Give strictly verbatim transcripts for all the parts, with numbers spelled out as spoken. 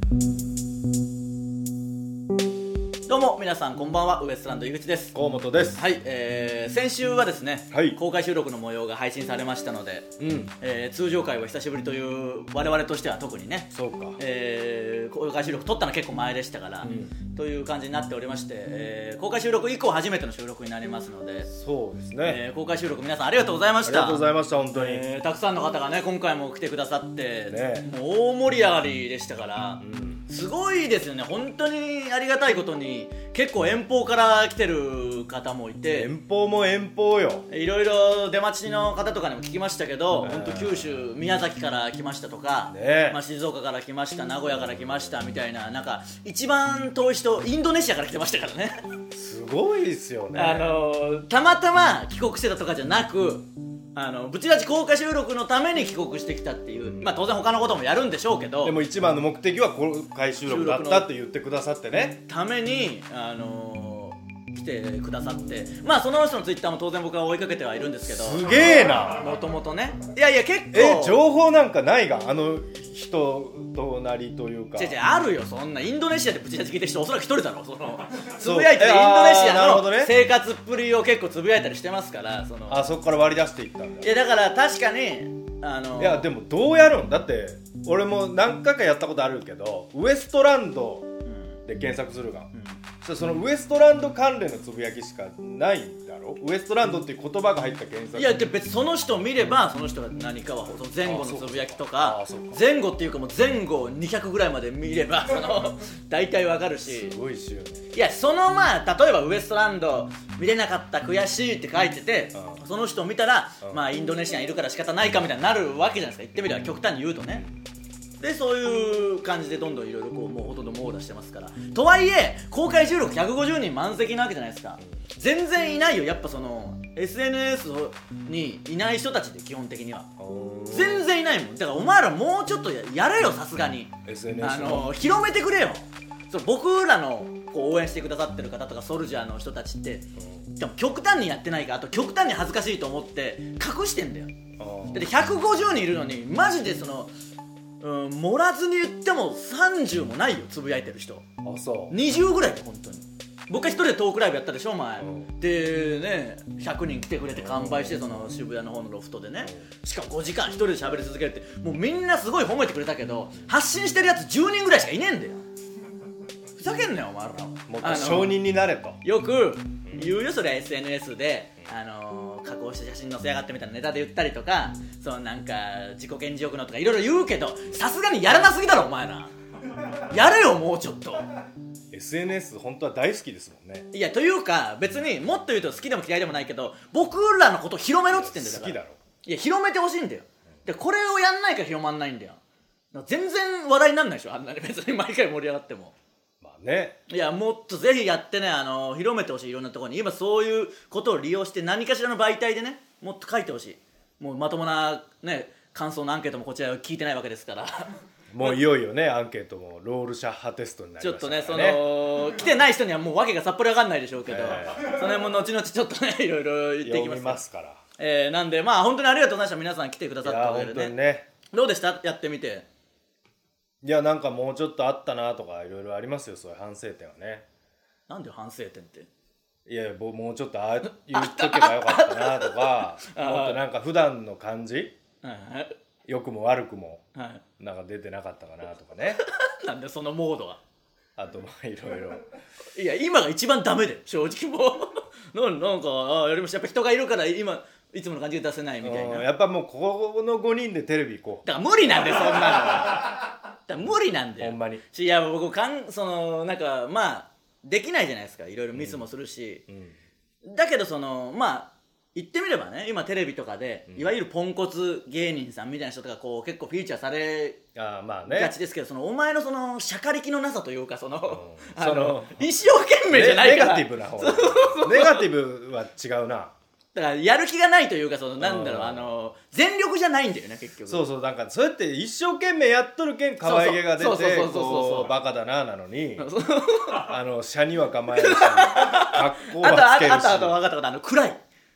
どうも皆さんこんばんは、ウエストランド井口です。 河本です。 はい、えー、先週はですね、 はい、 公開収録の模様が配信されましたので、うんえー、通常回は久しぶりという我々としては特にね、 そうか、 えー、公開収録撮ったの結構前でしたから、うん、という感じになっておりまして、えー、公開収録以降初めての収録になりますので、 そうですね、 えー、公開収録皆さんありがとうございました。 ありがとうございました。本当に、 えー、たくさんの方がね今回も来てくださって、 ね、 もう大盛り上がりでしたから、うん、すごいですよね。本当にありがたいことに結構遠方から来てる方もいて、 遠方も遠方よ。 いろいろ出待ちの方とかにも聞きましたけど、ね、本当九州宮崎から来ましたとか、ねまあ、静岡から来ました、名古屋から来ましたみたいな、なんか一番遠い人インドネシアから来てましたからね。 すごいですよね。 あのたまたま帰国してたとかじゃなく、あのブチラジ公開収録のために帰国してきたっていう、うん、まあ当然他のこともやるんでしょうけど、 でも一番の目的は公開収録だったって言ってくださってね、 ためにあの来てくださって、まあその人のツイッターも当然僕は追いかけてはいるんですけど、 すげえな。 もともとね、いやいや結構え情報なんかないが、あの人となりというか、 違う違うあるよ。そんなインドネシアでブチラジ聞いてる人おそらく一人だろう。そのつぶやいてるインドネシアの生活っぷりを結構つぶやいたりしてますから、そのあそこから割り出していったんだ。 いやだから確かにあのいやでもどうやるんだって、俺も何回かやったことあるけど、ウエストランドで検索するが、うんうん、そのウエストランド関連のつぶやきしかないんだろ。ウエストランドっていう言葉が入った検索。 いやで別にその人を見ればその人が何かはその前後のつぶやきとか、前後っていうかもう前後にひゃくぐらいまで見ればその大体わかるし、 すごいっすよね。 いやそのまあ例えばウエストランド見れなかった悔しいって書いてて、うん、その人を見たら、うん、まあインドネシアにいるから仕方ないかみたいになるわけじゃないですか。言ってみれば極端に言うとね。でそういう感じでどんどんいろいろこうもうほとんど網羅してますから。とはいえ公開収録ひゃくごじゅうにん満席なわけじゃないですか。全然いないよ。やっぱその エスエヌエス にいない人たちで基本的には全然いないもん。だからお前らもうちょっと や, やれよさすがにエスエヌエスあの広めてくれよ。そう僕らのこう応援してくださってる方とかソルジャーの人たちってでも極端にやってないか、あと極端に恥ずかしいと思って隠してんだよ。だってひゃくごじゅうにんいるのにマジでそのうん、盛らずに言ってもさんじゅうもないよ、つぶやいてる人。 あ、そうにじゅうぐらいで本当に。僕は一人でトークライブやったでしょ前、うん、でねひゃくにん来てくれて完売して、その渋谷の方のロフトでね、しかもごじかん一人で喋り続けるって、もうみんなすごい褒めてくれたけど発信してるやつじゅうにんぐらいしかいねえんだよ。ふざけんなよお前ら。 もっと承認になれとよく言うよ、それは エスエヌエス であのー、加工した写真載せやがってみたいなネタで言ったりとか、そのなんか自己顕示欲のとかいろいろ言うけど、さすがにやらなすぎだろお前ら。やれよもうちょっと。 エスエヌエス 本当は大好きですもんね。 いやというか別にもっと言うと好きでも嫌いでもないけど、僕らのことを広めろっつってんだよ。だから好きだろ。 いや広めてほしいんだよ。でこれをやんないから広まんないんだよ。全然話題になんないでしょ、あんなに別に毎回盛り上がっても。 ね、 いやもっとぜひやってね、あの広めてほしい。いろんなところに今そういうことを利用して何かしらの媒体でねもっと書いてほしい。もうまともなね感想のアンケートもこちらは聞いてないわけですからもういよいよねアンケートもロールシャッハテストになりましたからね。 ちょっとねその来てない人にはもう訳がさっぱりわかんないでしょうけど、えー、その辺も後々ちょっとねいろいろ言っていきますから。 読みますから、 えー、なんでまあ本当にありがとうございました。皆さん来てくださったわけで ね, ねどうでしたやってみて。 いやなんかもうちょっとあったなとかいろいろありますよ、そういう反省点はね。 なんで反省点って。 いやもうちょっとあ言っとけばよかったなとかもっとなんか普段の感じ良くも悪くもなんか出てなかったかなとかねなんでそのモードは。 あとまあいろいろいや今が一番ダメで正直もうな, なんかあやりました。やっぱ人がいるから今いつもの感じで出せないみたいな。 やっぱもうここのごにんでテレビ行こう。 だから無理なんでそんなのだから無理なんだよほんまに。 いや僕かんそのなんかまあできないじゃないですか、いろいろミスもするし、うんうん、だけどそのまあ言ってみればね今テレビとかで、うん、いわゆるポンコツ芸人さんみたいな人とかこう結構フィーチャーされあまあねがちですけど、そのお前のそのしゃかりきのなさというかその、うん、あのその一生懸命じゃないからネガティブな方ネガティブは違うな。 だからやる気がないというかそのなんだろう、あの全力じゃないんだよね結局。 そうそう、なんかそうやって一生懸命やっとるけん可愛げが出てこうバカだななのにあの車には構えるし格好はつけるし、 あとあとあと分かったこと、あの暗い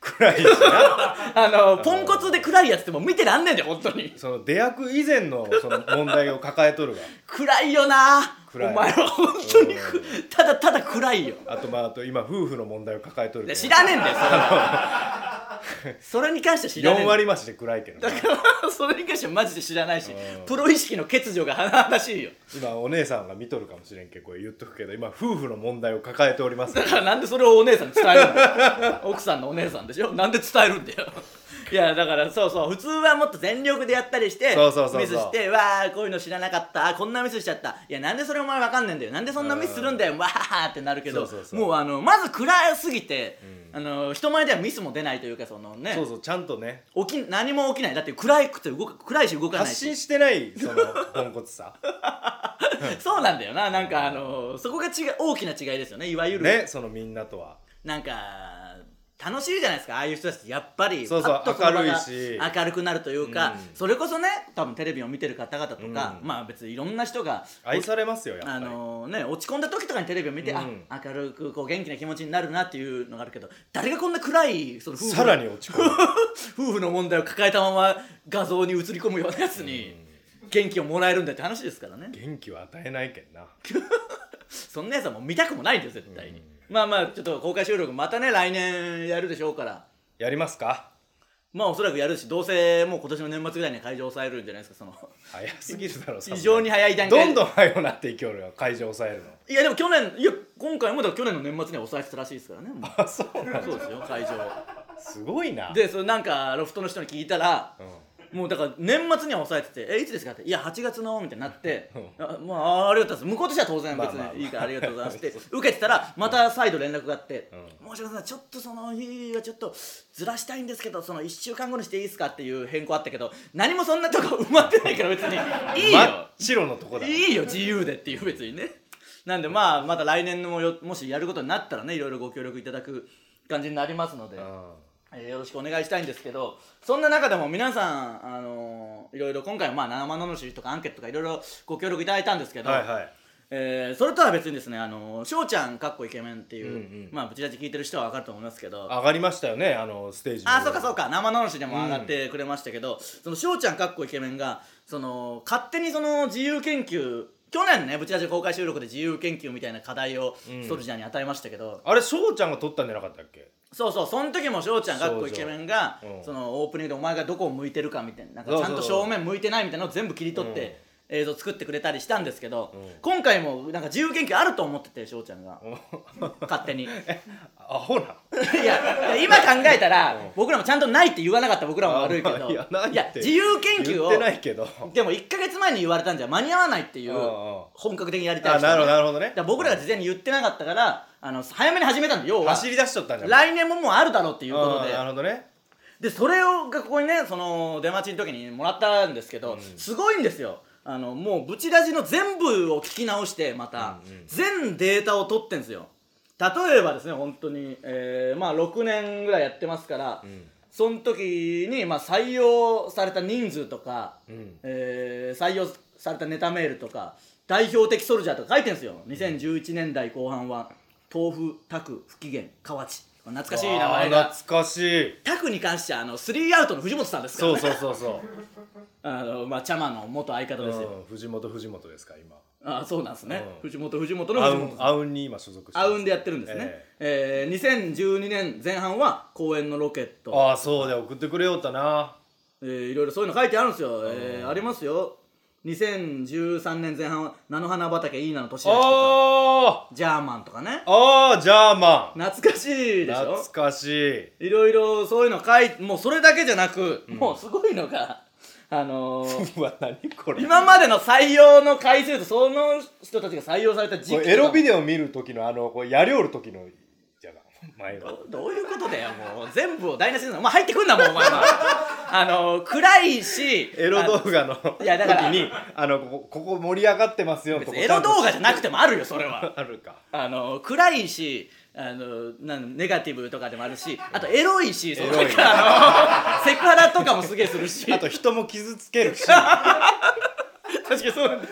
暗いしなあのポンコツで暗いやつってもう見てらんねんで本当に。 その出役以前のその問題を抱えとるが暗いよなお暗い前は本当にくただただ暗いよ。 あとまああと今夫婦の問題を抱えとるけど知らねえんだよそれはそれに関しては知らねえよん割増しで暗いけどだからそれに関してはマジで知らないし、プロ意識の欠如が甚だしいよ。 今お姉さんが見とるかもしれんけどこれ言っとくけど今夫婦の問題を抱えておりますだからなんでそれをお姉さんに伝えるんだよ奥さんのお姉さんでしょ、なんで伝えるんだよいやだからそうそう普通はもっと全力でやったりしてそうそうそうそうミスしてわーこういうの知らなかったあこんなミスしちゃったいやなんでそれお前わかんねえんだよなんでそんなミスするんだよわーってなるけどそうそうそうもうあのまず暗すぎて、うん、あの人前ではミスも出ないというかそのねそうそうちゃんとね起き何も起きないだって暗くて動か暗いし動かないし発信してないそのポンコツさそうなんだよななんかあのそこが違う大きな違いですよねいわゆるねそのみんなとはなんか楽しいじゃないですかああいう人たちってやっぱりそうそうパッとその場が明るいし明るくなるというか、 うんそれこそね多分テレビを見てる方々とか、 うんまあ別にいろんな人が愛されますよやっぱりあのね落ち込んだ時とかにテレビを見て、 うんあ明るくこう元気な気持ちになるなっていうのがあるけど誰がこんな暗いその夫婦さらに落ち込む夫婦の問題を抱えたまま画像に映り込むようなやつに元気をもらえるんだって話ですからね元気を与えないけんなそんなやつはもう見たくもないんですよ絶対に、まあまあちょっと公開収録またね来年やるでしょうからやりますかまあおそらくやるしどうせもう今年の年末ぐらいには会場を抑えるんじゃないですかその早すぎるだろ非常に早い段階どんどん早くなっていきよるよ会場抑えるのいやでも去年いや今回もだから去年の年末には抑えてたらしいですからねもうあそうなんそうですよ会場すごいなでそれなんかロフトの人に聞いたら、うんもうだから年末には抑えてて「えいつですか?」って「いやはちがつの」みたいになって「あまあありがとうございます向こうとしては当然別にいいからありがとうございます」って受けてたらまた再度連絡があって「申し訳ないちょっとその日はちょっとずらしたいんですけどそのいっしゅうかんごにしていいですか?」っていう変更あったけど何もそんなとこ埋まってないから別にいいよ真っ白のとこだいいよ自由でっていう別にねなんでまあまた来年のもよもしやることになったらねいろいろご協力いただく感じになりますので。えー、よろしくお願いしたいんですけどそんな中でも皆さん、あのー、いろいろ今回はまあ生の主とかアンケートとかいろいろご協力いただいたんですけど、 はいはいえー、それとは別にですね、あのー、翔ちゃんかっこイケメンっていう、 うんうん、 まあブチラジ聞いてる人は分かると思いますけど上がりましたよねあのステージあそうかそうか生の主でも上がってくれましたけど、うん、その翔ちゃんかっこイケメンがその勝手にその自由研究去年ねブチラジ公開収録で自由研究みたいな課題をソルジャーに与えましたけど、 うん、あれ翔ちゃんが取ったんじゃなかったっけそうそうその時も翔ちゃんかっこイケメンが、うん、そのオープニングでお前がどこを向いてるかみたいな、なんかちゃんと正面向いてないみたいなのを全部切り取って、うん、映像作ってくれたりしたんですけど、うん、今回もなんか自由研究あると思ってて翔ちゃんが勝手にアホないや今考えたら、うん、僕らもちゃんとないって言わなかった僕らも悪いけどいやないっていや自由研究を言ってないけどでもいっかげつまえに言われたんじゃ間に合わないっていう本格的にやりたい人、ね、あなるほどなるほどねだ僕らが事前に言ってなかったからあの早めに始めたんで要は走り出しとったんじゃん来年ももうあるだろうっていうことでなるほどねでそれをがここにねその出待ちの時にもらったんですけど、うん、すごいんですよあのもうブチラジの全部を聞き直してまた、うんうん、全データを取ってんですよ例えばですね本当に、えー、まあろくねんぐらいやってますから、うん、その時に、まあ、採用された人数とか、うんえー、採用されたネタメールとか代表的ソルジャーとか書いてるんですよにせんじゅういちねんだいこう半は豆腐、タク、不機嫌、河内懐かしい名前が懐かしいタクに関してはあのスリーアウトの藤本さんですからねそうそうそうそうあの、まあ、チャマの元相方ですよ、 うん、藤本藤本ですか今あそうなんですね、うん、藤本藤本の藤本あうんに今所属してあうんでやってるんですね、えーえー、にせんじゅうにねんぜん半は公演のロケットああそうだ送ってくれよったな、 えー、いろいろそういうの書いてあるんですよ、えー、ありますよにせんじゅうさんねんぜん半は菜の花畑いいなの年明けとかジャーマンとかねああジャーマン懐かしいでしょ懐かしいいろいろそういうの書いてもうそれだけじゃなく、うん、もうすごいのがあのー、 うわ何これ今までの採用の回数とその人たちが採用された時期エロビデオ見る時のあのこうやりおる時のじゃが前はど, どういうことだよもう全部を台無しにするのお前入ってくんなもうお前はあのー、暗いしエロ動画の時にあのここ、ここ盛り上がってますよとエロ動画じゃなくてもあるよそれはあるかあのー、暗いしあのなんネガティブとかでもあるしあとエロいしそのなんかあのセクハラとかもすげえするしあと人も傷つけるし確かにそうなんだ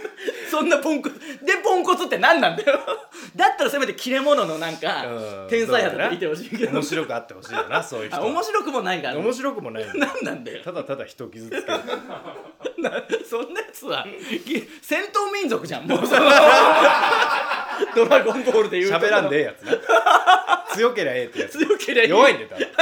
そんなポンコツでポンコツって何なんだよだったらせめて切れ者のなんか天才やっていてほしいけど面白くあってほしいよなそういう人は。 面白くもないから、ね、 面白くもないんだ何なんだよただただ人傷つけるそんなやつは戦闘民族じゃんもうそのドラゴンボールで言うと喋らんでええやつな強けりゃええってやつ強けりゃいい弱いんで多分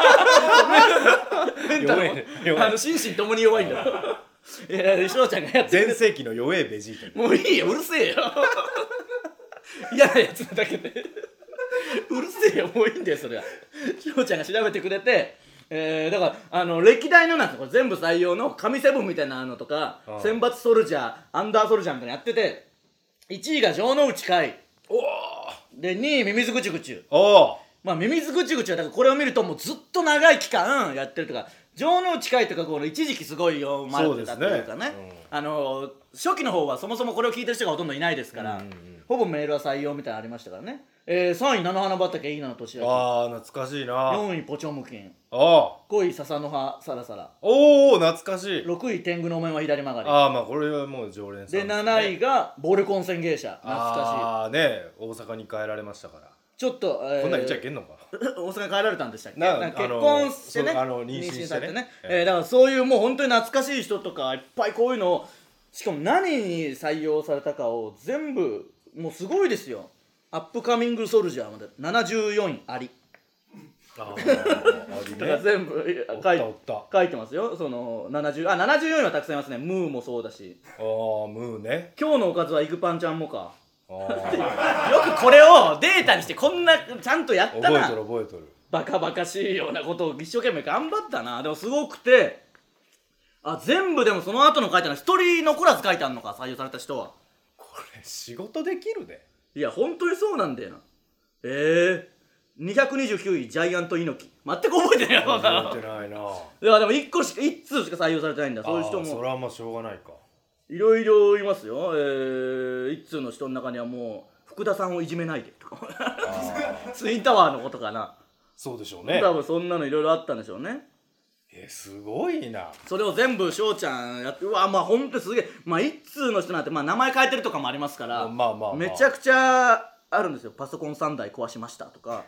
メンタルもあの心身ともに弱いんだいや翔ちゃんがやってる全盛期の弱えベジータもういいようるせえよ嫌なやつだけでうるせえよもういいんだよそれは翔ちゃんが調べてくれてえー、だからあの歴代のなんですこれ全部採用の神セブンみたいなのとかああ選抜ソルジャーアンダーソルジャーみたいなのやってていちいが城之内海おでにいミミズグチュグチュおおまあミミズグチュグチュはだからこれを見るともうずっと長い期間やってるとか城之内海とかこの一時期すごい読まれてたっていうかね、 うん、 あの初期の方はそもそもこれを聞いてる人がほとんどいないですから、うんうんうん、ほぼメールは採用みたいなのありましたからね、えー、さんい菜の花畑いいなの年明ああ懐かしいなよんいポチョムキンああごい笹の葉サラサラおお懐かしいろくい天狗のお面は左曲がりああまあこれはもう常連さんで、ね、なないがボルコン宣言者懐かしいああね大阪に帰られましたからちょっと、えー、 こんなん言っちゃいけんのか大阪に帰られたんでしたっけななんか結婚してねあの妊娠してねされてね、 えええー、だからそういうもう本当に懐かしい人とかいっぱいこういうのをしかも何に採用されたかを全部もうすごいですよアップカミングソルジャーまでななじゅうよんいありああだから全部書いおったおっ書いてますよそのななじゅうあななじゅうよんいはたくさんいますねムーもそうだしああムーね今日のおかずはイグパンちゃんもかあよくこれをデータにしてこんなちゃんとやったな覚えとる覚えとるバカバカしいようなことを一生懸命頑張ったなでもすごくてあ全部でもその後の書いたの一人残らず書いてあんのか採用された人はこれ仕事できるでいや本当にそうなんだよなええー、にひゃくにじゅうきゅういジャイアント猪木全く覚えてないよ覚えてないないやでもいっこしかいっつうしか採用されてないんだそういう人あそもれはまあしょうがないかいろいろいますよえー、いっつうの人の中にはもう福田さんをいじめないでとかツインタワーのことかなそうでしょうね多分そんなのいろいろあったんでしょうねえすごいなそれを全部翔ちゃんやってうわまあほんとすげえまあ一通の人なんてまあ名前変えてるとかもありますからまあまあまあめちゃくちゃあるんですよパソコンさんだい壊しましたとか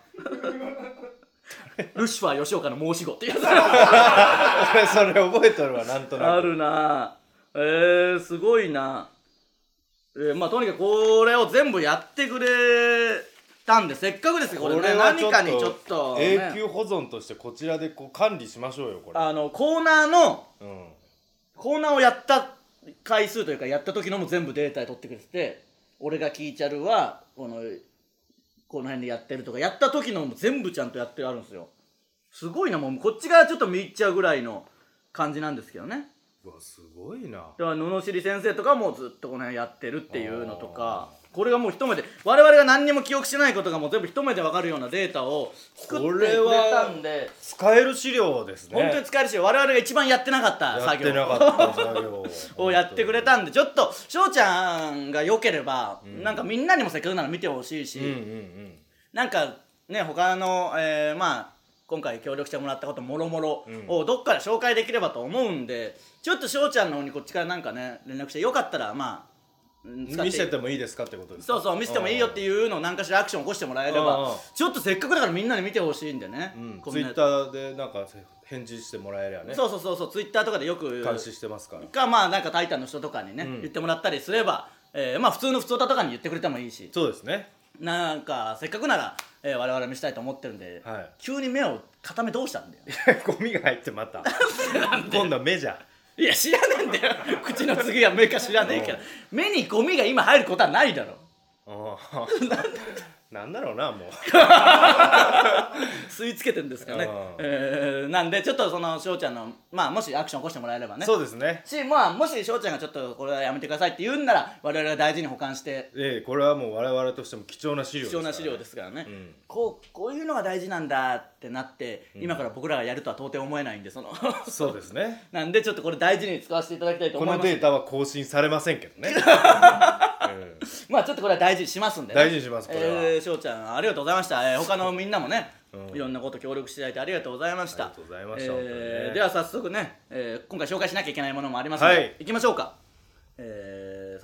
ルシファー吉岡の申し子っていうやつ俺それ覚えとるわなんとなくあるなえー、すごいなえー、まあとにかくこれを全部やってくれたんでせっかくですよこれねこれは何かにちょっと、ね、 永久保存としてこちらでこう管理しましょうよこれあのコーナーの、 うん、 コーナーをやった回数というかやった時のも全部データで取ってくれてて俺が聞いちゃるはこのこの辺でやってるとかやった時のも全部ちゃんとやってあるんですよすごいなもうこっち側ちょっと見入っちゃうぐらいの感じなんですけどねうわすごいなだから罵り先生とかもずっとこの辺やってるっていうのとかこれがもう一目で我々が何にも記憶してないことがもう全部一目で分かるようなデータを作ってくれたんで使える資料ですね本当に使えるし我々が一番やってなかった作業やってなかった作業をやってくれたんでちょっと翔ちゃんが良ければ、 うん、 なんかみんなにもせっかくなら見てほしいし、 うんうんうん、 なんかね他の、えー、まあ今回協力してもらったこともろもろをどっかで紹介できればと思うんでちょっと翔ちゃんの方にこっちからなんかね連絡してよかったらまあ見せてもいいですかってことですかそうそう見せてもいいよっていうのを何かしらアクション起こしてもらえればちょっとせっかくだからみんなに見てほしいんでね、 うん、ツイッターでなんか返事してもらえればねそうそうそうそうツイッターとかでよく監視してますからかまあなんかタイタンの人とかにね、うん、言ってもらったりすれば、えー、まあ普通の普通歌とかに言ってくれてもいいしそうですねなんかせっかくなら、えー、我々見したいと思ってるんで、はい、急に目を固めどうしたんだよゴミが入ってまた今度は目じゃいや知らねえんだよ口の次は目か知らねえから目にゴミが今入ることはないだろなんだろうなもう吸い付けてんですかね、えー、なんでちょっとその翔ちゃんのまあもしアクション起こしてもらえればねそうですねしまあもし翔ちゃんがちょっとこれはやめてくださいって言うんなら我々が大事に保管してええこれはもう我々としても貴重な資料ですからね貴重な資料ですからね、うん、こうこういうのが大事なんだってなって、うん、今から僕らがやるとは到底思えないんでそのそうですねなんでちょっとこれ大事に使わせていただきたいと思います。 このデータは更新されませんけどねうん、まあちょっとこれは大事にしますんでね大事にしますこれはえー、翔ちゃんありがとうございました、えー、他のみんなもね、うん、いろんなこと協力していただいてありがとうございましたありがとうございました、 えー、では早速ね、えー、今回紹介しなきゃいけないものもありますので、はい、行きましょうか、えー、早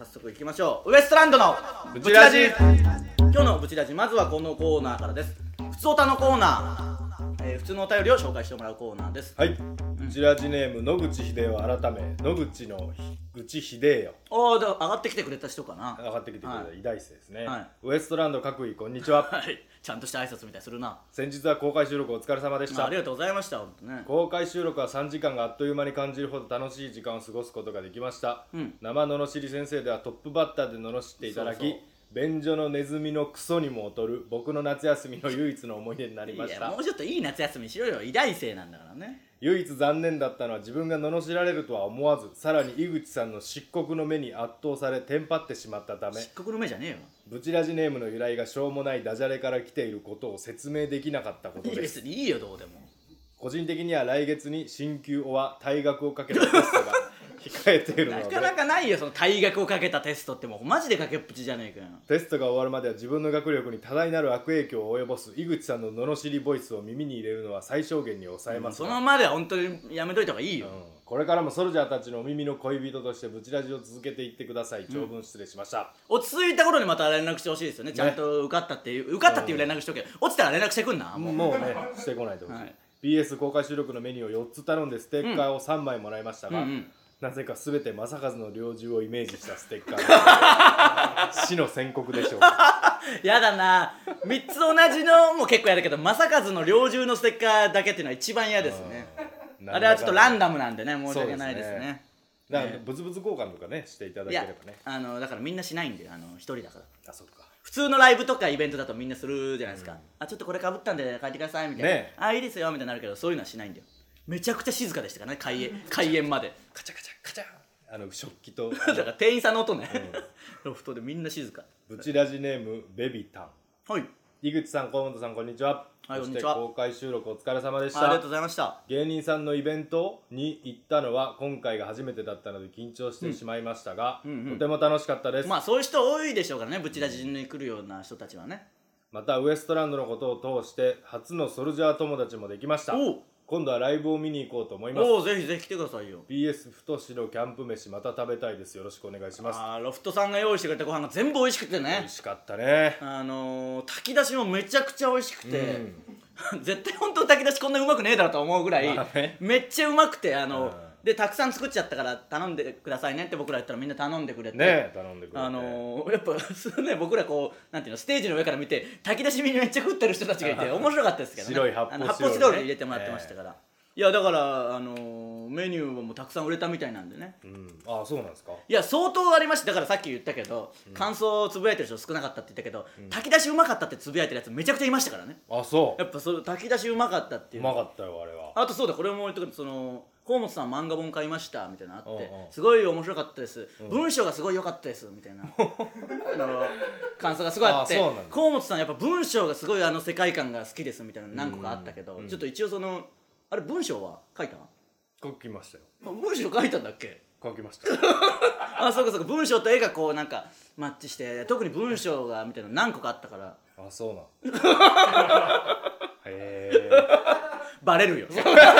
早速いきましょう。ウエストランドのブチラジ。 今日のブチラジ、まずはこのコーナーからです。ふつおたのコーナー、えー、普通のお便りを紹介してもらうコーナーです。 はい、ブチラジネーム野口秀夫改め野口の内秀夫。 おー、上がってきてくれた人かな。 上がってきてくれた偉大生ですね、はい、ウエストランド各位こんにちは。 はい、ちゃんとした挨拶みたいするな。 先日は公開収録お疲れ様でした。 ありがとうございました。本当ね、 公開収録はさんじかんがあっという間に感じるほど楽しい時間を過ごすことができました、うん、生ののしり先生ではトップバッターで罵っていただき、そうそう、便所のネズミのクソにも劣る僕の夏休みの唯一の思い出になりました。 いや、もうちょっといい夏休みしろよ、偉大生なんだからね。 唯一残念だったのは自分が罵られるとは思わず、さらに井口さんの漆黒の目に圧倒されテンパってしまったため、 漆黒の目じゃねえよ。 ブチラジネームの由来がしょうもないダジャレから来ていることを説明できなかったことです。 別にいいよ、どうでも。 個人的には来月に進級おは退学をかけたテストが控えているのでなかなかないよ、その退学をかけたテストって。もうマジでかけっぷちじゃねえかよ。 テストが終わるまでは自分の学力に多大なる悪影響を及ぼす井口さんの罵りボイスを耳に入れるのは最小限に抑えます、 うん、そのままでは本当にやめといた方がいいよ、うん、 これからもソルジャーたちのお耳の恋人としてブチラジを続けていってください。長文失礼しました、 うん、落ち着いた頃にまた連絡してほしいですよね。ちゃんと受かったっていう、受かったっていう連絡しとけよ、落ちたら連絡してくんな。 もうもうねしてこないとほしい、はい、ピーエス 公開収録のメニューをよっつ頼んでステッカーをさんまいもらいましたが、うんうんうん、なぜか全て正和の猟銃をイメージしたステッカー死の宣告でしょうか。 やだな、みっつ同じのも結構やだけど、正和の猟銃のステッカーだけっていうのは一番嫌ですね。あれはちょっとランダムなんでね、申し訳ないですね。 だからブツブツ交換とかねしていただければね。 いや、あのだからみんなしないんで、あの一人だから。 あ、そっか。 普通のライブとかイベントだとみんなするじゃないですか、うん、あ、ちょっとこれかぶったんで帰ってくださいみたいな、ね、あ、いいですよみたいになるけど、そういうのはしないんだよ。めちゃくちゃ静かでしたからね、開演開演までカチャカチャカチャ、あの食器とだから店員さんの音ね、うん、ロフトでみんな静か。 ブチラジネームベビタン。 はい、 井口さん、河本さん、こんにちは。 はい、こんにちは。 そして公開収録お疲れ様でした。 ありがとうございました。 芸人さんのイベントに行ったのは今回が初めてだったので緊張してしまいましたが、うんうんうん、とても楽しかったです。 まあそういう人多いでしょうからね、ブチラジに来るような人たちはね。 またウエストランドのことを通して初のソルジャー友達もできました。今度はライブを見に行こうと思います。 おお、ぜひぜひ来てくださいよ。 ピーエス 太しのキャンプ飯また食べたいです。よろしくお願いします。 あ、ロフトさんが用意してくれたご飯が全部美味しくてね。 美味しかったね。 あのー、炊き出しもめちゃくちゃ美味しくて、うん、絶対本当に炊き出しこんなうまくねえだろと思うぐらい、まあね、めっちゃうまくて、あのーでたくさん作っちゃったから頼んでくださいねって僕ら言ったらみんな頼んでくれて、 ね、頼んでくれて、 あのー、やっぱね、僕らこうなんていうの、ステージの上から見て炊き出しめっちゃ食ってる人たちがいて面白かったですけどね。 白い発泡スチロール、ね、 発泡スチロール入れてもらってましたから、えー、いやだからあのー、メニューはもうたくさん売れたみたいなんでね、 うん、ああそうなんですか。 いや相当ありました。だからさっき言ったけど、うん、感想をつぶやいてる人少なかったって言ったけど、うん、炊き出しうまかったってつぶやいてるやつめちゃくちゃいましたからね。 あ、そう。 やっぱその炊き出しうまかったっていう。 うまかったよあれは。 あとそうだ、これも言っとくと、その河本さん漫画本買いましたみたいなのあって、おうおう、すごい面白かったです、うん、文章がすごい良かったですみたいなあの感想がすごいあって、河本さんやっぱ文章がすごいあの世界観が好きですみたいなの何個かあったけど、うん、ちょっと一応そのあれ文章は書いた？ 書きましたよ。 文章書いたんだっけ？ 書きましたあ、そうかそうか、文章と絵がこうなんかマッチして、特に文章がみたいなの何個かあったから。 あ、そうなんへえバレるよ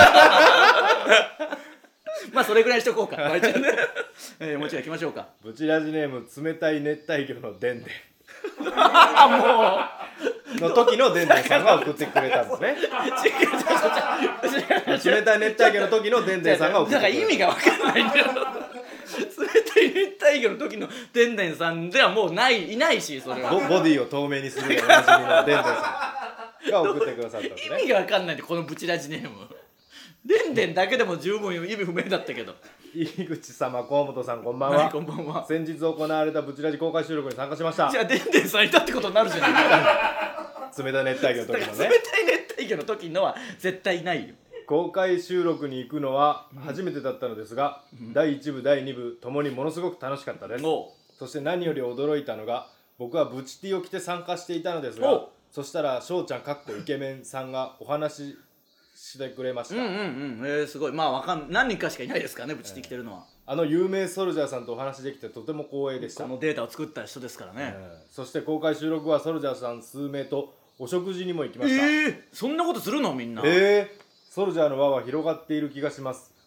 まあそれぐらいにしとこうかえー、もちろん行きましょうか。 ブチラジネーム冷たい熱帯魚のでんでんもうの時のでんでんさんが送ってくれたんですね冷たい熱帯魚の時のでんでんさんが送ってくれた。 だから意味が分かんないんだよ冷たい熱帯魚の時のでんでんさんではもうないいないし、それは ボ, ボディを透明にするでおなじみのでんでんさんが送ってくださったんですね。 意味が分かんないんで、このブチラジネームでんでんだけでも十分意味不明だったけど。 井口様、河本さん、こんばんは。 はい、こんばんは。 先日行われたブチラジ公開収録に参加しました。 じゃあでんでんさんいたってことになるじゃない冷たい熱帯魚の時のね。 冷たい熱帯魚の時のは絶対ないよ。 公開収録に行くのは初めてだったのですが、うん、だいいち部だいに部ともにものすごく楽しかったです。そして何より驚いたのが、僕はブチティを着て参加していたのですが、そしたら翔ちゃんかっこイケメンさんがお話してくれました。 うんうんうん、えー、すごい。まあわかん何人かしかいないですからね、ブチティ着てるのは、 えー、あの有名ソルジャーさんとお話できてとても光栄でした。 このデータを作った人ですからね、 えー、そして公開収録はソルジャーさん数名とお食事にも行きました。 えー、そんなことするのみんな。 えー、ソルジャーの輪は広がっている気がします。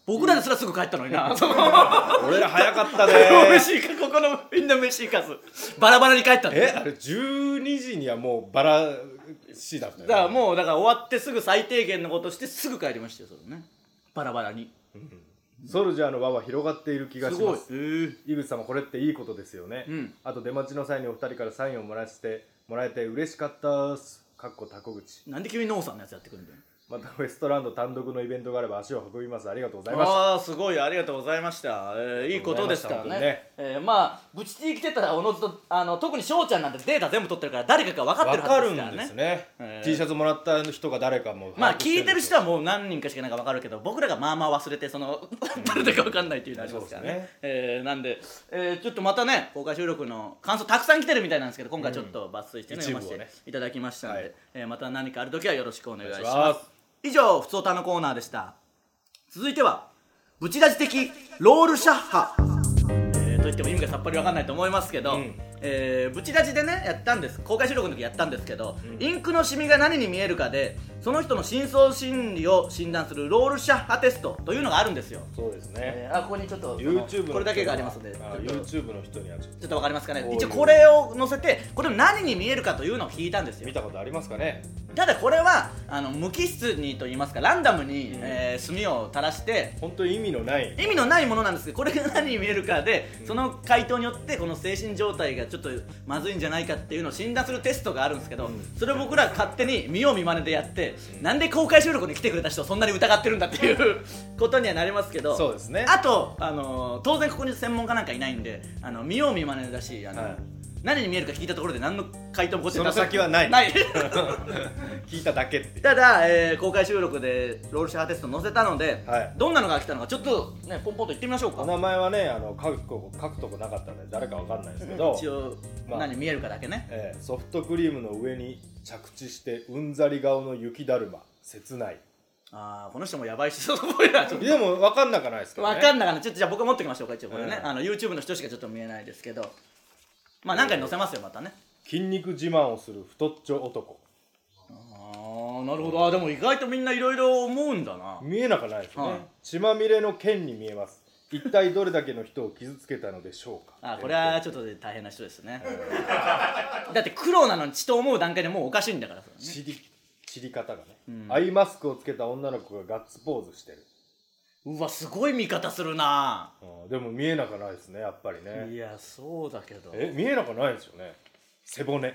僕らですらすぐ帰ったのにな俺ら早かったね飯かここのみんな飯行かずバラバラに帰ったの。 えあれじゅうにじにはもうバラしだったよ、ね、 だからもうだから終わってすぐ最低限のことしてすぐ帰りましたよ、それね、バラバラに、 うん、ソルジャーの輪は広がっている気がします。 すごい、 井口様これっていいことですよね、うん、あと出待ちの際にお二人からサインをもらしてもらえて嬉しかったっすかっこタコ口。 なんで急にノーさんのやつやってくるんだよ。 またウエストランド単独のイベントがあれば足を運びます。ありがとうございました。 ああすごいありがとうございました、えー、いいことですからね、ねえー、まあブチティ来てたらおのずとあの特に翔ちゃんなんてデータ全部取ってるから誰かが分かってるはずですからね。 分かるんですね、えー、T シャツもらった人が誰かもまあ聞いてる人はもう何人かしかなんか分かるけど僕らがまあまあ忘れてその誰だか分かんないっていうのありますからね、ねえー、なんで、えー、ちょっとまたね公開収録の感想たくさん来てるみたいなんですけど今回ちょっと抜粋して、ね、読ませていただきましたので、はいえー、また何かあるときはよろしくお願いします。以上ふつおたのコーナーでした。続いてはブチラジ的ロールシャッハ、えー、と言っても意味がさっぱり分かんないと思いますけど、うんえー、ブチラジでねやったんです、公開収録の時やったんですけど、うん、インクのシミが何に見えるかでその人の深層心理を診断するロールシャッハテストというのがあるんですよ。 そうですね、 えー、あここにちょっと YouTube のこれだけがありますので YouTube の人にはちょっとちょっと分かりますかね。一応これを載せてこれ何に見えるかというのを聞いたんですよ。 見たことありますかね。 ただこれはあの無機質にと言いますかランダムに、うんえー、墨を垂らして本当に意味のない意味のないものなんですけどこれが何に見えるかで、うん、その回答によってこの精神状態がちょっとまずいんじゃないかっていうのを診断するテストがあるんですけど、うん、それを僕ら勝手に見よう見まねでやって、うん、なんで公開収録に来てくれた人をそんなに疑ってるんだっていうことにはなりますけどそうですね。 あと、あのー、当然ここに専門家なんかいないんであの見よう見まねだしあの、はい何に見えるか聞いたところで何の回答もこっちその先はないない聞いただけってただ、えー、公開収録でロールシャッハテスト載せたので、はい、どんなのが来たのかちょっとねポンポンと言ってみましょうか。 お名前はねあの書くとこ書くとこなかったんで誰かわかんないですけど、 一応、まあ、何見えるかだけね、 えー、ソフトクリームの上に着地してうんざり顔の雪だるま切ない。 あーこの人もやばいしそうっぽいなちょっとでも分かんなかないですかね。 分かんなかないちょっとじゃあ僕持ってきましょうか一応これね、うん、あの YouTube の人しかちょっと見えないですけどまあ何かに載せますよまたね。 筋肉自慢をする太っちょ男。 ああなるほど。あでも意外とみんないろいろ思うんだな。 見えなくないですね、はい、血まみれの剣に見えます。一体どれだけの人を傷つけたのでしょうか。 あこれはちょっと大変な人ですねだって黒なのに血と思う段階でもうおかしいんだから、ね、 散り散り方がね、うん、アイマスクをつけた女の子がガッツポーズしてる。 うわすごい見方するな。 でも見えなくないですねやっぱりね。 いやそうだけどえ見えなくないですよね背骨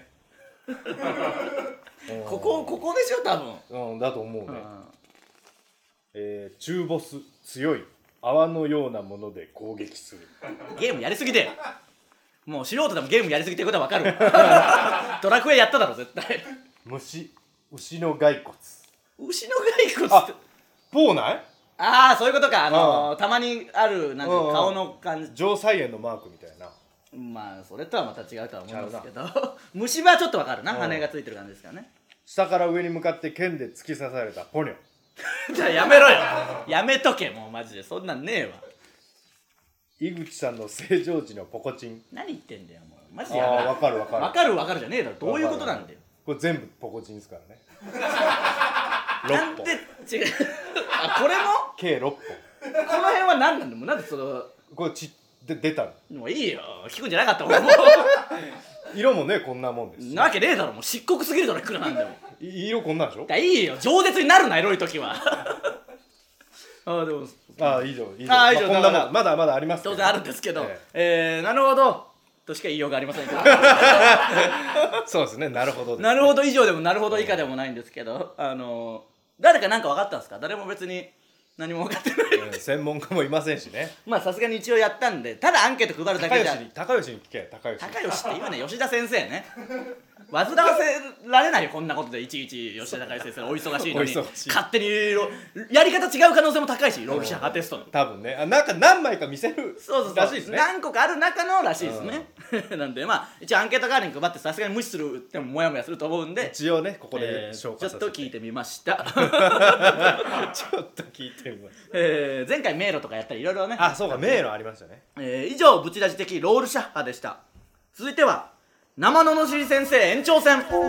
ここここでしょ多分。うんだと思うね、うんえー、中ボス強い泡のようなもので攻撃する。 ゲームやりすぎでもう素人でもゲームやりすぎってことは分かるドラクエやっただろ絶対。 虫牛の骸骨。 牛の骸骨ってポーないああそういうことかあのーうん、たまにあるなんか顔の感じ城菜園のマークみたいな。 まあそれとはまた違うとは思うんですけど虫はちょっとわかるな、うん、羽がついてる感じですからね。 下から上に向かって剣で突き刺されたポニョじゃあやめろよやめとけもうマジでそんなんねえわ。 井口さんの正常時のポコチン。 何言ってんだよもうマジでやめろ。 わかるわかるわかるわかるじゃねえだろ。どういうことなんだよ。 これ全部ポコチンですからねなんで違うあこれも計ろっぽん。 この辺は何なんだもうなんでそのこれ血で出たの。 もういいよ聞くんじゃなかったもんもう色もねこんなもんです。 なわけねえだろもう漆黒すぎるだろいくらなんでも色こんなんでしょ。 だいいよ饒舌になるなエロい時はああでもああ以上以上あ以上、 まあ、こんなもんまだまだあります当然あるんですけど、えええー、なるほどとしか言いようがありませんけどそうですねなるほどです、ね、 なるほど以上でもなるほど以下でもないんですけどあのー、誰か何か分かったんですか。誰も別に何も分かってない、 うん、専門家もいませんしねまあさすがに一応やったんでただアンケート配るだけじゃ高吉に聞け高吉高吉って今ね吉田先生ね煩わせられないよこんなことでいちいち吉田高吉先生お忙しいのに勝手にやり方違う可能性も高いしロールシャッハテストの多分ねあなんか何枚か見せるそうそうそうらしいですね。 何個かある中のらしいですねなんでまあ一応アンケート代わりに配ってさすがに無視するってもモヤモヤすると思うんで一応ねここで、 えー、ちょっと聞いてみましたちょっと聞いてみました、 えー、前回迷路とかやったりいろいろねあそうか迷路ありましたね、 えー、以上ブチラジ的ロールシャッハでした。続いては生ののしり先生延長戦。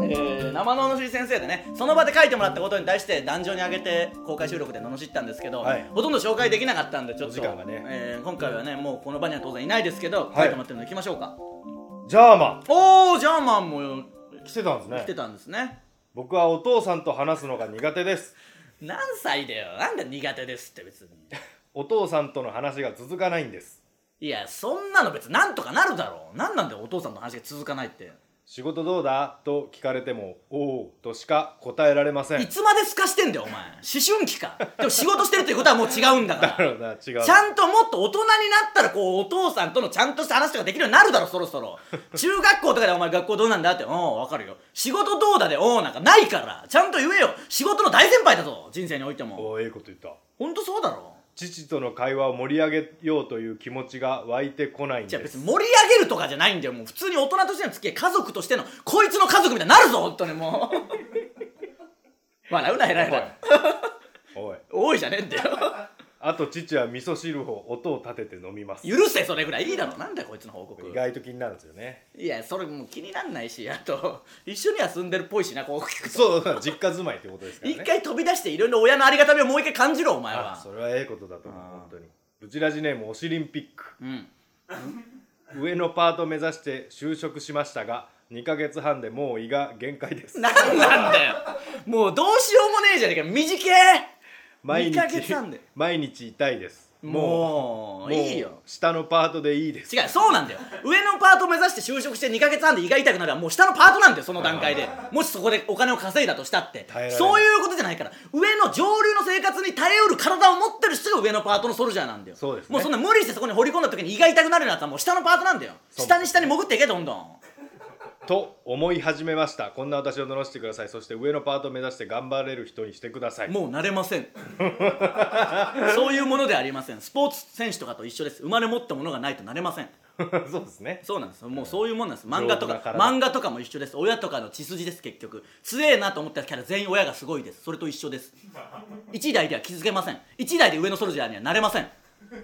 えー、生ののしり先生でね、その場で書いてもらったことに対して壇上に上げて公開収録で罵ったんですけど、はい、ほとんど紹介できなかったんでちょっと、ねえー、今回はねもうこの場には当然いないですけど、はい、書いてもらってるので行きましょうか。 ジャーマン。 おー、ジャーマンも来てたんですね。 来てたんですね。 僕はお父さんと話すのが苦手です。 何歳だよ、なんで苦手ですって別にお父さんとの話が続かないんです。 いや、そんなの別になんとかなるだろう。なんなんだよお父さんの話が続かないって。 仕事どうだと聞かれてもおうとしか答えられません。 いつまですかしてんだよお前、思春期か。でも仕事してるっていうことはもう違うんだからだろうな、違う。 ちゃんともっと大人になったらこうお父さんとのちゃんとした話とかできるようになるだろそろそろ中学校とかでお前学校どうなんだっておう分かるよ。仕事どうだでおうなんかないからちゃんと言えよ。仕事の大先輩だぞ人生においても。 おお、ええこと言った。 ほんとそうだろ。 父との会話を盛り上げようという気持ちが湧いてこないんです。 じゃあ別に盛り上げるとかじゃないんだよ。もう普通に大人としての付き合い、家族としてのこいつの家族みたいになるぞ本当にもう笑うなヘラヘラおいおいじゃねえんだよあと父は味噌汁を音を立てて飲みます。 許せ、それぐらいいいだろ。なんだよこいつの報告。 意外と気になるんですよね。 いやそれもう気になんないし、あと一緒には住んでるっぽいしな、こう聞くと。 そう実家住まいってことですからね。 一回飛び出していろいろ親のありがたみをもう一回感じろお前は。 それはええことだと思う本当に。ブチラジネームおしりんピック、うん、上のパート目指して就職しましたがにかげつはんでもう胃が限界です。 なんなんだよもうどうしようもねえじゃねえか短え。 毎日にかげつはんで毎日痛いです。 もうもういいよ。 下のパートでいいです。 違う、そうなんだよ。上のパート目指して就職してにかげつはんで胃が痛くなるのはもう下のパートなんだよその段階で。もしそこでお金を稼いだとしたってそういうことじゃないから。上の上流の生活に耐えうる体を持ってる人が上のパートのソルジャーなんだよ。 そうですね。 もうそんな無理してそこに掘り込んだ時に胃が痛くなるやつはもう下のパートなんだよ。下に下に潜っていけどんどんと思い始めました。こんな私を罵してください。そして上のパートを目指して頑張れる人にしてください。 もうなれませんそういうものではありません。スポーツ選手とかと一緒です。生まれ持ったものがないとなれませんそうですね。 そうなんですよ。もうそういうもんなんです。漫画とか漫画とかも一緒です。親とかの血筋です。結局強えなと思ったキャラ全員親がすごいです。それと一緒です一代では気づけません。一代で上のソルジャーにはなれません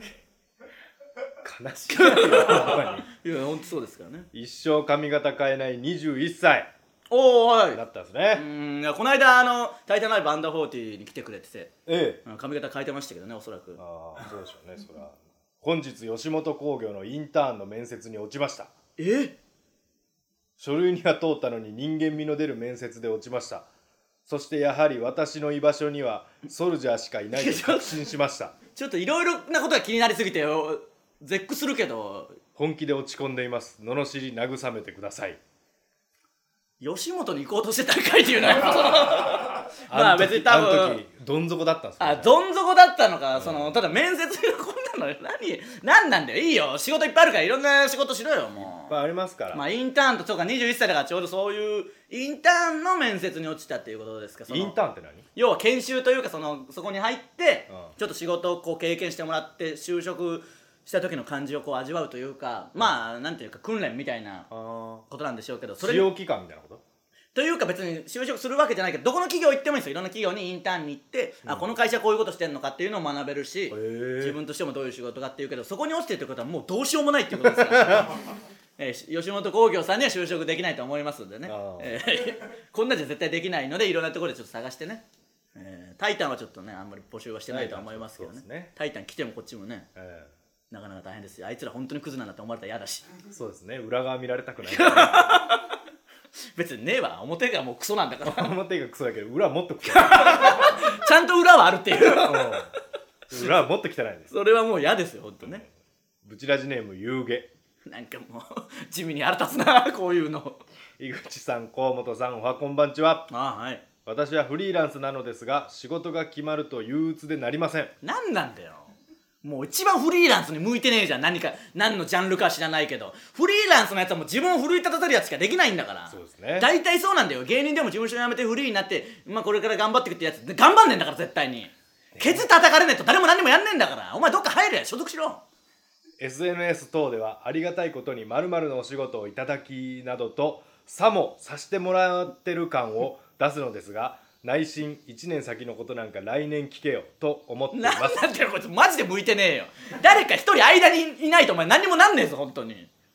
悲しいよいや本当そうですからね。 一生髪型変えないにじゅういっさいおおはいだったんですね。 うん、いやこの間あのタイタンライブアンダーフォーティーに来てくれてて、 ええ、 髪型変えてましたけどねおそらく。 ああそうでしょうねそら。本日吉本興業のインターンの面接に落ちました。 え書類には通ったのに人間味の出る面接で落ちました。そしてやはり私の居場所にはソルジャーしかいないと確信しましたちょっといろいろなことが気になりすぎて絶句するけど本気で落ち込んでいます。罵り慰めてください。 吉本に行こうとしてたんかいっていうのはまあ別に多分あの時どん底だったんですか、ね、 あどん底だったのか、うん、そのただ面接でこんなの何何なんだよ。いいよ仕事いっぱいあるからいろんな仕事しろよもう。 いっぱいありますから。 まあインターンとそうかにじゅういっさいだからちょうどそういうインターンの面接に落ちたっていうことですか。そのインターンって何？ 要は研修というかそのそこに入って、うん、ちょっと仕事をこう経験してもらって就職した時の感じをこう味わうというか、まあなんていうか訓練みたいなことなんでしょうけど、 それ使用期間みたいなことというか別に就職するわけじゃないけどどこの企業行ってもいいんですよ。いろんな企業にインターンに行って、うん、あこの会社はこういうことしてんのかっていうのを学べるし、自分としてもどういう仕事かっていうけどそこに落ちてるってことはもうどうしようもないっていうことですからえー、吉本興業さんには就職できないと思いますんでね、えー、こんなじゃ絶対できないのでいろんなところでちょっと探してね、えー、タイタンはちょっとねあんまり募集はしてないとは思いますけど ね, ねタイタン来てもこっちもね、えー、なかなか大変ですよ。あいつら本当にクズなんだって思われたら嫌だし。 そうですね裏側見られたくない別にねえわ表がもうクソなんだから表がクソだけど裏はもっとクソちゃんと裏はあるっていう、 うん、裏はもっと汚いです。 それはもう嫌ですよ本当ね。 ブチラジネームゆうげなんかもう地味に腹立つなこういうの。 井口さん河本さんおはこんばんちは。 ああ、はい。 私はフリーランスなのですが仕事が決まると憂鬱でなりません。 なんなんだよもう一番フリーランスに向いてねえじゃん。何か何のジャンルか知らないけどフリーランスのやつはもう自分を奮い立たせるやつしかできないんだから。 そうですね。 大体そうなんだよ。芸人でも事務所辞めてフリーになって、まあ、これから頑張っていくってやつ頑張んねえんだから絶対に。ケツ叩かれねえと誰も何もやんねえんだから。お前どっか入れ所属しろ。 エスエヌエス 等ではありがたいことに〇〇のお仕事をいただきなどとさもさしてもらってる感を出すのですが内心いちねん先のことなんか来年聞けよと思っています。 なんなんだよこいつマジで向いてねえよ。誰か一人間にいないとお前何にもなんねえぞ本当に。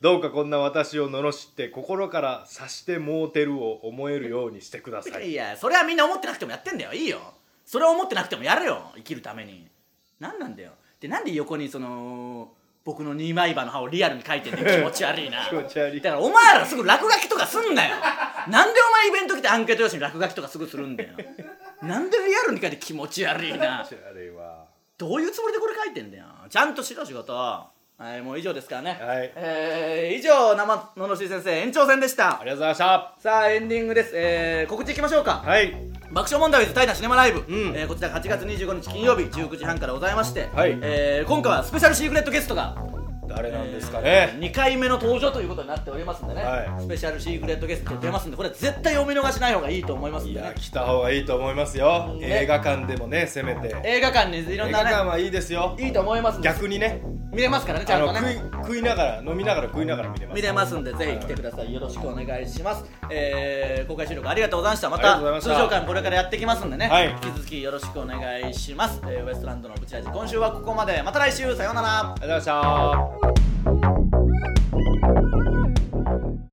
どうかこんな私を罵って心から察してもうてるを思えるようにしてください。 いやそれはみんな思ってなくてもやってんだよ。いいよそれを思ってなくてもやるよ生きるために。なんなんだよでなんで横にその僕の二枚刃の歯をリアルに描いてんの気持ち悪いな気持ち悪い。 だからお前らすぐ落書きとかすんなよなんでお前イベント来てアンケート用紙に落書きとかすぐするんだよなんでリアルに書いて気持ち悪いな気持ち悪いわ。 どういうつもりでこれ書いてんだよ。ちゃんとしろ仕事。はいもう以上ですからね。 はい、 えー、以上生ののし先生延長戦でした。 ありがとうございました。 さあエンディングです。えー、告知いきましょうか。 はい、 爆笑問題 with タイなシネマライブ、 うんえー、こちらがはちがつにじゅうごにち金曜日じゅうくじはんからございまして、 はい、 えー、今回はスペシャルシークレットゲストが誰なんですかね、 えー、にかいめの登場ということになっておりますんでね、 はい、 スペシャルシークレットゲスト出ますんでこれ絶対お見逃しない方がいいと思いますんで、ね、 いや来た方がいいと思いますよ、ね、映画館でもねせめて映画館にいろんなね映画館はいいですよ。 いいと思いますんで逆にね見れますからねちゃんとね食い、食いながら飲みながら食いながら見れます見れますんでぜひ来てください。よろしくお願いします。えー、公開収録ありがとうございました。まありがとうござた通いました常回これからやっていきますんでね、 はい、 引き続きよろしくお願いします。えー、ウエストランドのブチラジ今週はここまで。また来週さようなら。 ありがとうございました。